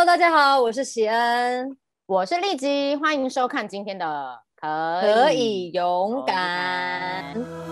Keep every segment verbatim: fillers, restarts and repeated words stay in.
大家好，我是喜恩， 我是丽姬，欢迎收看今天的可以可以勇敢。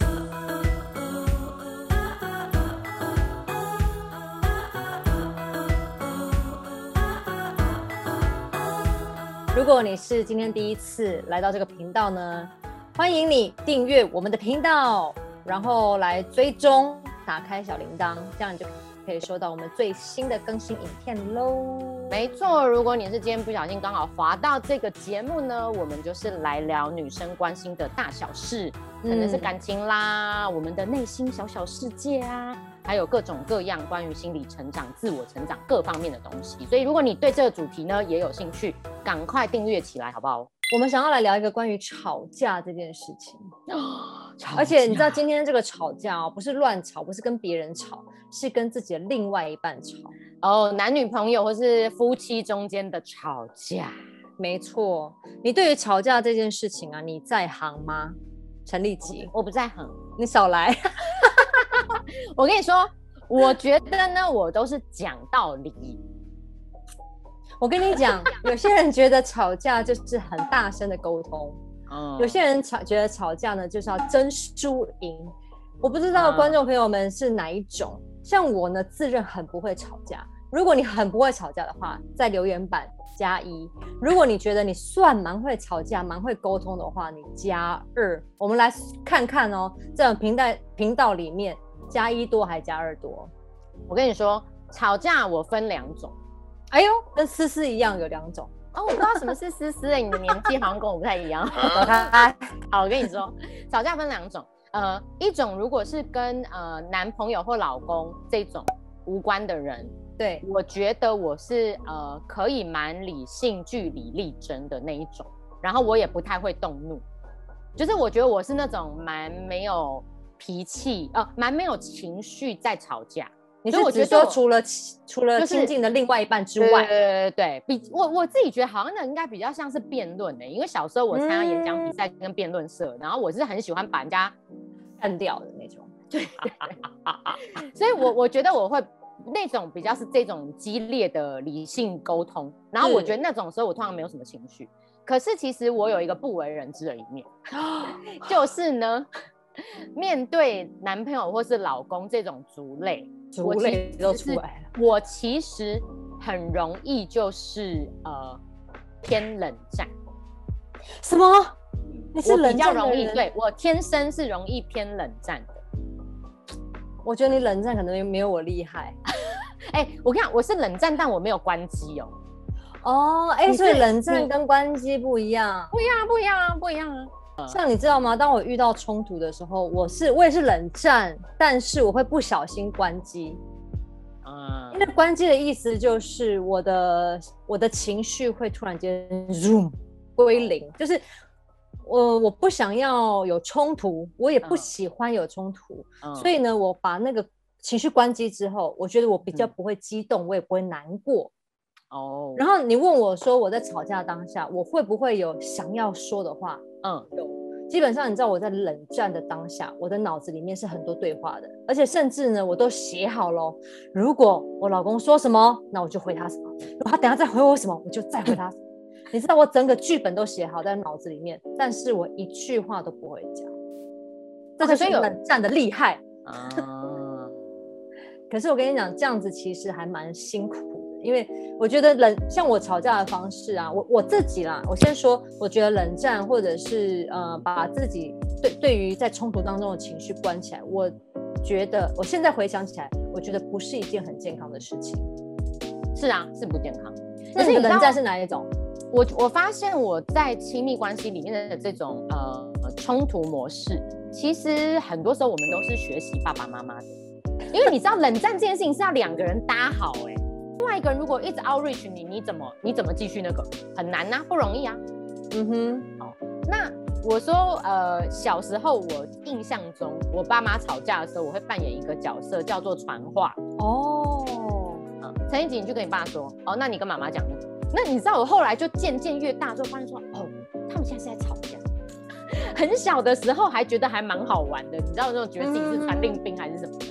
如果你是今天第一次来到这个频道呢，欢迎你订阅我们的频道，然后来追踪，打开小铃铛，这样你就可以收到我们最新的更新影片喽。 没错，如果你是今天不小心刚好滑到这个节目呢，我们就是来聊女生关心的大小事，可能是感情啦、嗯、我们的内心小小世界啊，还有各种各样关于心理成长、自我成长各方面的东西。所以如果你对这个主题呢也有兴趣，赶快订阅起来好不好？ 我们想要来聊一个关于吵架这件事情。而且你知道今天这个吵架、哦、不是乱吵，不是跟别人吵，是跟自己的另外一半吵。 哦，男女朋友或是夫妻中间的吵架。 没错，你对于吵架这件事情啊，你在行吗？陈立吉， 我不在行， 你少来。 我跟你说，我觉得呢，我都是讲道理。 我跟你讲，有些人觉得吵架就是很大声的沟通，嗯、有些人吵觉得吵架呢就是要争输赢。我不知道观众朋友们是哪一种，嗯、像我呢自认很不会吵架。如果你很不会吵架的话，在留言板加一；如果你觉得你算蛮会吵架、蛮会沟通的话，你加二。我们来看看哦，这种频道频道里面加一多还加二多？ 我跟你说，吵架我分两种。 哎呦，跟思思一样有两种哦！我不知道什么是思思、欸，你的年纪好像跟我不太一样。好，我跟你说，吵架分两种，呃，一种如果是跟呃男朋友或老公这种无关的人， 对， 我觉得我是呃可以蛮理性、据理力争的那一种，然后我也不太会动怒，就是我觉得我是那种蛮没有脾气，呃，蛮没有情绪在吵架。 你是指说除了除了亲近的另外一半之外， 对对对对，比我我自己觉得好像那应该比较像是辩论欸，因为小时候我参加演讲比赛跟辩论社，嗯、然后我是很喜欢把人家干掉的那种， 对，所以我我觉得我会那种比较是这种激烈的理性沟通，然后我觉得那种时候我通常没有什么情绪，可是其实我有一个不为人知的一面，就是呢，面对男朋友或是老公这种族类。 族类都出来了， 我其实很容易就是呃偏冷战。 什么？你是冷战的人？ 我比较容易，对，我天生是容易偏冷战的。 我觉得你冷战可能没有我厉害。 哎、欸，我跟你讲，我是冷战，但我没有关机哦。 哦，哎、欸，所以冷战跟关机不一样， 不一样，不一样啊，不一样啊。 像你知道吗？当我遇到冲突的时候，我是我也是冷战，但是我会不小心关机。嗯，因为关机的意思就是我的我的情绪会突然间 zoom 归零，就是我我不想要有冲突，我也不喜欢有冲突，嗯、所以呢，我把那个情绪关机之后，我觉得我比较不会激动，嗯、我也不会难过。哦，然后你问我说我在吵架当下我会不会有想要说的话？嗯，有。基本上你知道我在冷战的当下，我的脑子里面是很多对话的，而且甚至呢我都写好了，如果我老公说什么，那我就回他什么，如果他等一下再回我什么，我就再回他什么。你知道我整个剧本都写好在脑子里面，但是我一句话都不会讲，这就是冷战的厉害。啊可是我跟你讲，这样子其实还蛮辛苦的，因为我觉得冷像我吵架的方式啊，我我自己啦，我先说，我觉得冷战或者是呃把自己对对于在冲突当中的情绪关起来，我觉得我现在回想起来，我觉得不是一件很健康的事情。 是啊，是不健康。 那你的冷战是哪一种？ 我我发现我在亲密关系里面的这种呃冲突模式，其实很多时候我们都是学习爸爸妈妈的。因为你知道冷战这件事情是要两个人搭好哎、欸，另外一个人如果一直 outreach 你，你怎么你怎么继续那个很难啊，不容易啊。嗯哼，好，那我说呃小时候我印象中，我爸妈吵架的时候，我会扮演一个角色叫做传话。哦，嗯，陈一吉你就跟你爸说，哦，那你跟妈妈讲那个。那你知道我后来就渐渐越大之后发现说，哦，他们现在是在吵架。很小的时候还觉得还蛮好玩的，你知道那种觉得自己是传令兵还是什么的。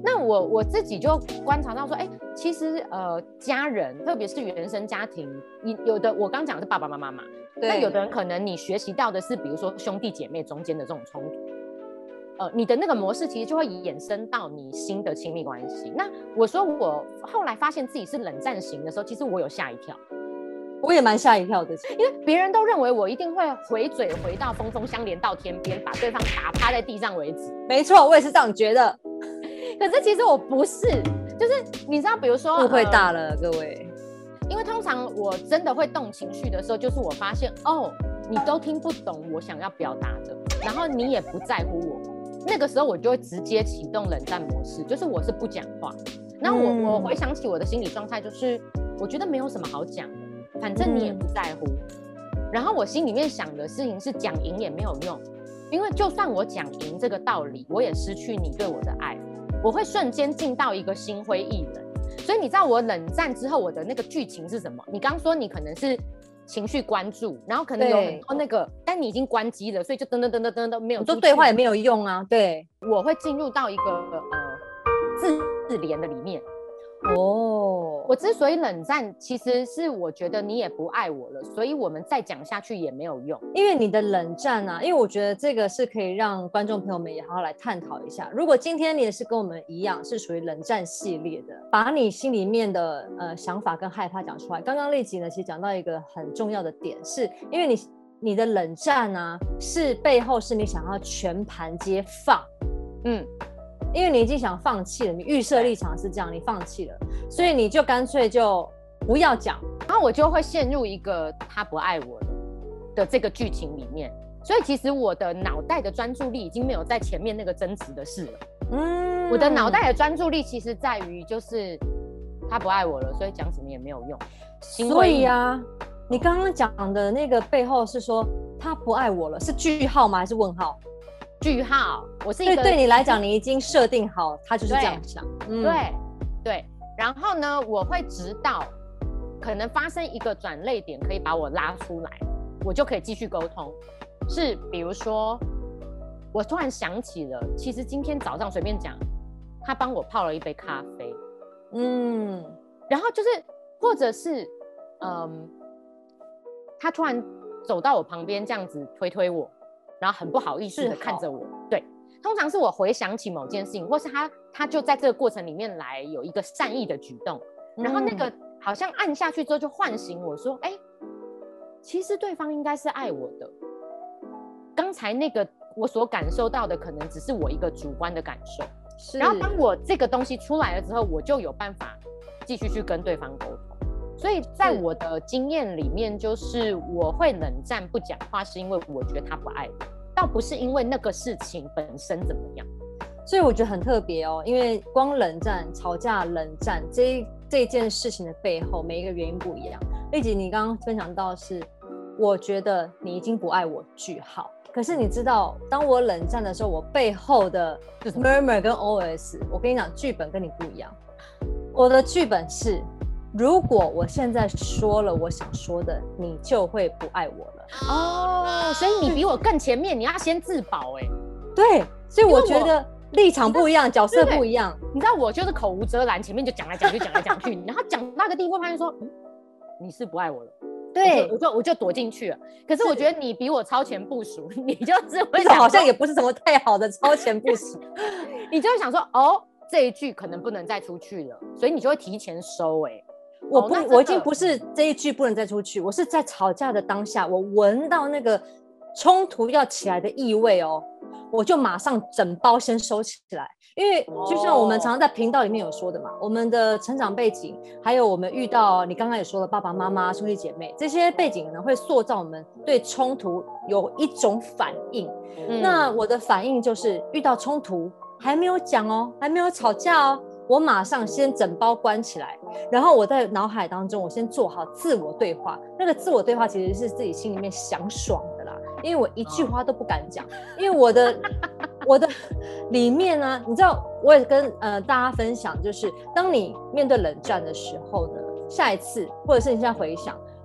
那我我自己就观察到说，哎，其实呃，家人，特别是原生家庭，你有的我刚讲的是爸爸妈妈嘛，那有的人可能你学习到的是，比如说兄弟姐妹中间的这种冲突，呃，你的那个模式其实就会衍生到你新的亲密关系。那我说我后来发现自己是冷战型的时候，其实我有吓一跳。 我也蛮吓一跳的， 因为别人都认为我一定会回嘴回到峰峰相连到天边，把对方打趴在地上为止。 没错，我也是这样觉得。 可是其实我不是，就是你知道，比如说误会大了，呃、各位。 因为通常我真的会动情绪的时候，就是我发现哦，你都听不懂我想要表达的，然后你也不在乎我，那个时候我就会直接启动冷战模式，就是我是不讲话。那我、嗯、我回想起我的心理状态，就是我觉得没有什么好讲的。反正你也不在乎、嗯、然后我心里面想的事情是讲赢也没有用，因为就算我讲赢这个道理，我也失去你对我的爱，我会瞬间进到一个心灰意冷。所以你知道我冷战之后我的那个剧情是什么？你刚说你可能是情绪关注，然后可能有很多那个，但你已经关机了，所以就噔噔噔噔噔噔没有出去， 我说对话也没有用啊。对， 我会进入到一个呃自怜的里面。 哦， 我之所以冷战，其实是我觉得你也不爱我了，所以我们再讲下去也没有用。 因为你的冷战啊，因为我觉得这个是可以让观众朋友们也好好来探讨一下。如果今天你也是跟我们一样是属于冷战系列的，把你心里面的呃想法跟害怕讲出来。刚刚丽吉呢，其实讲到一个很重要的点，是因为你你的冷战啊，是背后是你想要全盘皆放，嗯。因为你已经想放弃了，你预设立场是这样，你放弃了，所以你就干脆就不要讲， 然后我就会陷入一个他不爱我了的这个剧情里面。所以其实我的脑袋的专注力已经没有在前面那个争执的事了，嗯，我的脑袋的专注力其实在于就是他不爱我了，所以讲什么也没有用。 所以啊，你刚刚讲的那个背后是说他不爱我了，是句号吗？还是问号？ 句号，我是一个对, 对你来讲，你已经设定好，他就是这样想。 嗯、对对，然后呢，我会直到可能发生一个转捩点，可以把我拉出来，我就可以继续沟通。是比如说，我突然想起了，其实今天早上随便讲，他帮我泡了一杯咖啡，嗯，然后就是，或者是，嗯，他突然走到我旁边这样子推推我。然后很不好意思的看着我，对，通常是我回想起某件事情，或是他他就在这个过程里面来有一个善意的举动，然后那个好像按下去之后就唤醒我说，哎、嗯，其实对方应该是爱我的，刚才那个我所感受到的可能只是我一个主观的感受，然后当我这个东西出来了之后，我就有办法继续去跟对方沟通。所以在我的经验里面，就是我会冷战不讲话，是因为我觉得他不爱我，倒不是因为那个事情本身怎么样。 所以我觉得很特别哦，因为光冷战、吵架、冷战这这件事情的背后，每一个原因不一样。丽吉，你刚刚分享到是，我觉得你已经不爱我，句号。可是你知道，当我冷战的时候，我背后的 murmur 跟 O S， 我跟你讲，剧本跟你不一样。我的剧本是，如果我现在说了我想说的，你就会不爱我了。 哦，所以你比我更前面，你要先自保哎、欸。 对，所以我觉得立场不一样，角色不一样。 你知道我就是口无遮拦，前面就讲来讲去，讲来讲去，然后讲那个地方，发现说、嗯，你是不爱我了。 对， 我就我就躲进去了。可是我觉得你比我超前部署，你就是会想，好像也不是什么太好的超前部署， 你就会想说，哦，这一句可能不能再出去了，所以你就会提前收、欸。哎。 我不、哦，我已经不是这一句不能再出去，我是在吵架的当下，我闻到那个冲突要起来的意味哦，我就马上整包先收起来，因为就像我们常常在频道里面有说的嘛，我们的成长背景，还有我们遇到你刚刚也说的爸爸妈妈、兄弟姐妹这些背景呢，会塑造我们对冲突有一种反应。嗯、那我的反应就是遇到冲突还没有讲哦，还没有吵架哦。我马上先整包关起来，然后我在脑海当中我先做好自我对话，那个自我对话其实是自己心里面想爽的啦，因为我一句话都不敢讲，因为我的我的里面呢、啊，你知道我也跟呃大家分享，就是当你面对冷战的时候呢，下一次或者是你现在回想，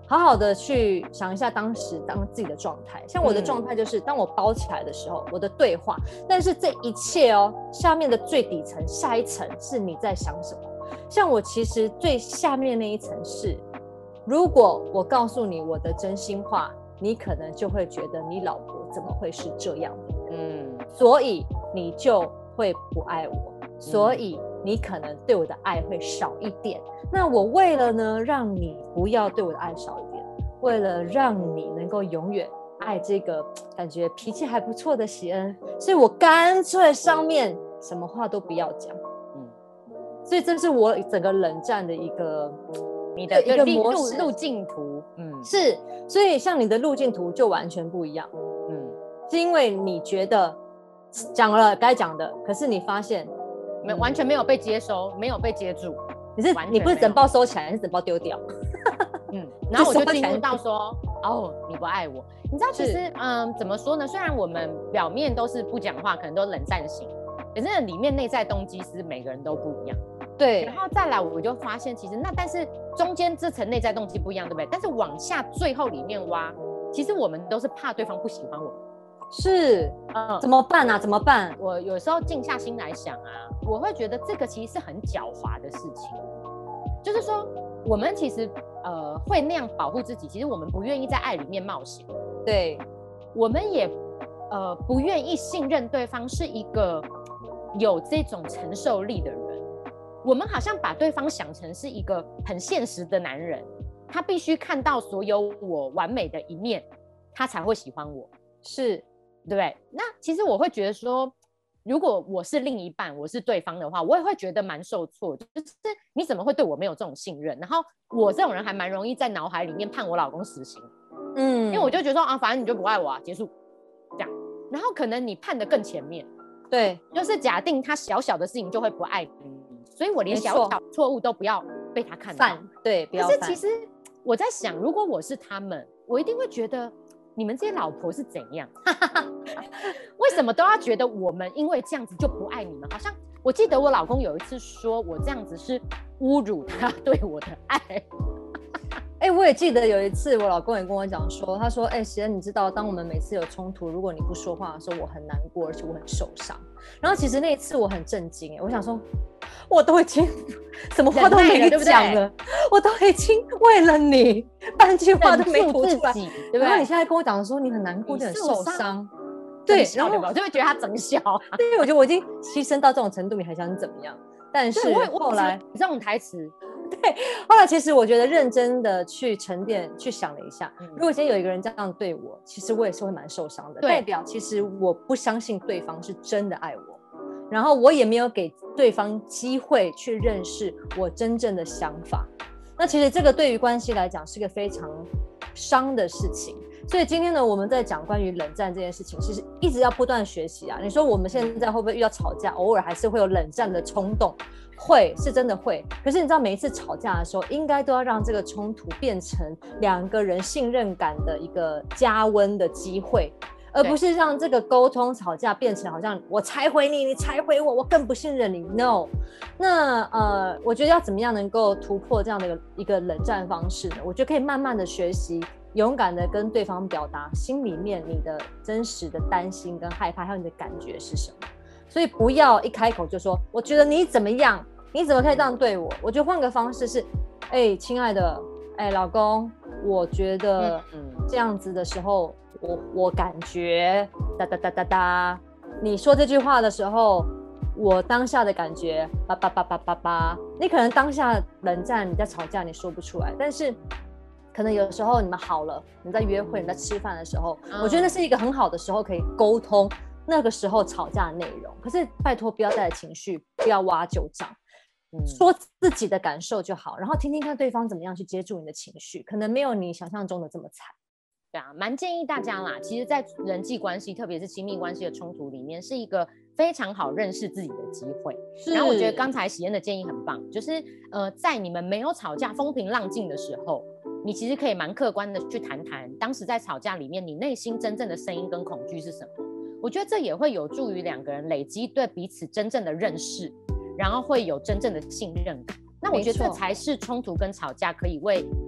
好好的去想一下当时当自己的状态。像我的状态就是，当我包起来的时候，我的对话，但是这一切哦，下面的最底层，下一层是你在想什么。像我其实最下面那一层是，如果我告诉你我的真心话，你可能就会觉得你老婆怎么会是这样的人，嗯，所以你就会不爱我，所以你可能对我的爱会少一点。那我为了呢，让你不要对我的爱少一点，为了让你能够永远爱这个感觉脾气还不错的喜恩，所以我干脆上面什么话都不要讲。嗯，所以这是我整个冷战的一个你的一个模式路径图。嗯， 是，所以像你的路径图就完全不一样。嗯，是因为你觉得讲了该讲的，可是你发现没完全没有被接收，没有被接住。 你是你不是整包收起来，你是整包丢掉。 嗯，然后我就进入到说，哦，你不爱我。你知道，其实嗯，怎么说呢？虽然我们表面都是不讲话，可能都冷战型，可是里面内在动机是每个人都不一样。 对， 然后再来，我就发现其实那但是中间这层内在动机不一样，对不对？但是往下最后里面挖，其实我们都是怕对方不喜欢我们。 是，嗯，怎么办啊？怎么办？ 我有时候静下心来想啊，我会觉得这个其实是很狡猾的事情，就是说我们其实呃会那样保护自己，其实我们不愿意在爱里面冒险， 对， 我们也呃不愿意信任对方是一个有这种承受力的人，我们好像把对方想成是一个很现实的男人，他必须看到所有我完美的一面，他才会喜欢我， 是。 对不对？那其实我会觉得说，如果我是另一半，我是对方的话，我也会觉得蛮受挫，就是你怎么会对我没有这种信任？然后我这种人还蛮容易在脑海里面判我老公死刑，嗯，因为我就觉得说啊，反正你就不爱我啊，结束这样。然后可能你判得更前面， 对， 就是假定他小小的事情就会不爱你，所以我连小小错误都不要被他看到， 对，不要犯。 可是其实我在想，如果我是他们，我一定会觉得。你们这些老婆是怎样？为什么都要觉得我们因为这样子就不爱你们？好像我记得我老公有一次说我这样子是侮辱他对我的爱。 哎、欸，我也记得有一次我老公也跟我讲说，他说：“哎、欸，喜恩，你知道，当我们每次有冲突，如果你不说话的时候，我很难过，而且我很受伤。”然后其实那一次我很震惊，哎，我想说，我都已经什么话都没讲了，我都已经为了你半句话都没吐出来，对不对？然后你现在跟我讲说你很难过，你很受伤，对， 然后我就会觉得他整小、啊， 对，我觉得我已经牺牲到这种程度，你还想怎么样？但是后来这种台词。 对，后来其实我觉得认真的去沉淀去想了一下，嗯、如果今天有一个人这样对我，其实我也是会蛮受伤的，代表其实我不相信对方是真的爱我，然后我也没有给对方机会去认识我真正的想法。那其实这个对于关系来讲是个非常伤的事情。所以今天呢，我们在讲关于冷战这件事情，其实一直要不断学习啊。你说我们现在会不会遇到吵架，偶尔还是会有冷战的冲动？会，是真的会。可是你知道，每一次吵架的时候，应该都要让这个冲突变成两个人信任感的一个加温的机会，而不是让这个沟通吵架变成好像我拆毁你，你拆毁我，我更不信任你。No， 那呃，我觉得要怎么样能够突破这样的一个一个冷战方式呢？我觉得可以慢慢的学习。勇敢的跟对方表达心里面你的真实的担心跟害怕，还有你的感觉是什么。所以不要一开口就说我觉得你怎么样，你怎么可以这样对我。我觉得换个方式是，哎、欸，亲爱的，哎、欸，老公，我觉得这样子的时候，我我感觉哒哒哒哒哒，你说这句话的时候，我当下的感觉叭叭叭叭叭叭。你可能当下冷战，你在吵架，你说不出来，但是可能有时候你们好了，你在约会，你在吃饭的时候、嗯、我觉得那是一个很好的时候可以沟通那个时候吵架的内容。可是拜托不要带着情绪，不要挖旧账、嗯、说自己的感受就好，然后听听看对方怎么样去接住你的情绪，可能没有你想象中的这么惨。 对啊，蛮建议大家啦，其实在人际关系特别是亲密关系的冲突里面，是一个非常好认识自己的机会。然后我觉得刚才喜恩的建议很棒，就是呃，在你们没有吵架风平浪静的时候，你其实可以蛮客观的去谈谈当时在吵架里面你内心真正的声音跟恐惧是什么。我觉得这也会有助于两个人累积对彼此真正的认识，然后会有真正的信任感。那我觉得这才是冲突跟吵架可以为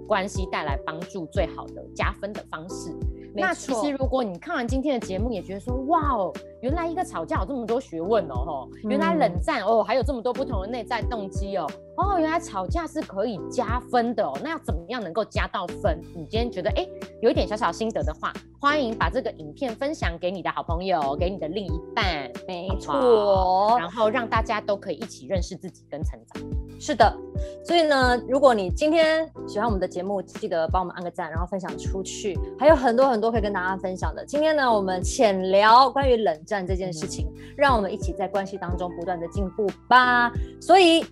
关系带来帮助最好的加分的方式。那其实如果你看完今天的节目，也觉得说哇哦，原来一个吵架有这么多学问哦，嗯、原来冷战哦还有这么多不同的内在动机哦，哦原来吵架是可以加分的哦，那要怎么样能够加到分？你今天觉得哎有一点小小心得的话，欢迎把这个影片分享给你的好朋友，给你的另一半， 没错， 然后让大家都可以一起认识自己跟成长。 是的，所以呢，如果你今天喜欢我们的节目，记得帮我们按个赞，然后分享出去，还有很多很多可以跟大家分享的。今天呢，我们浅聊关于冷战这件事情，嗯、让我们一起在关系当中不断的进步吧。所以，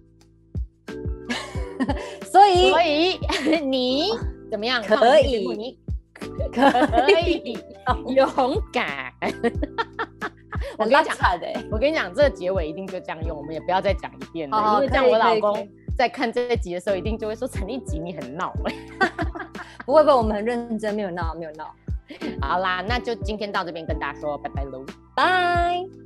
所以， 所以你怎么样？ 可以， 你可以勇敢。我跟你讲，我跟你讲，这个结尾一定就这样用，我们也不要再讲一遍了，因为这样我老公在看这一集的时候，一定就会说陈立吉你很闹。 不会不会，我们很认真，没有闹，没有闹。 好啦，那就今天到这边跟大家说拜拜喽， 拜。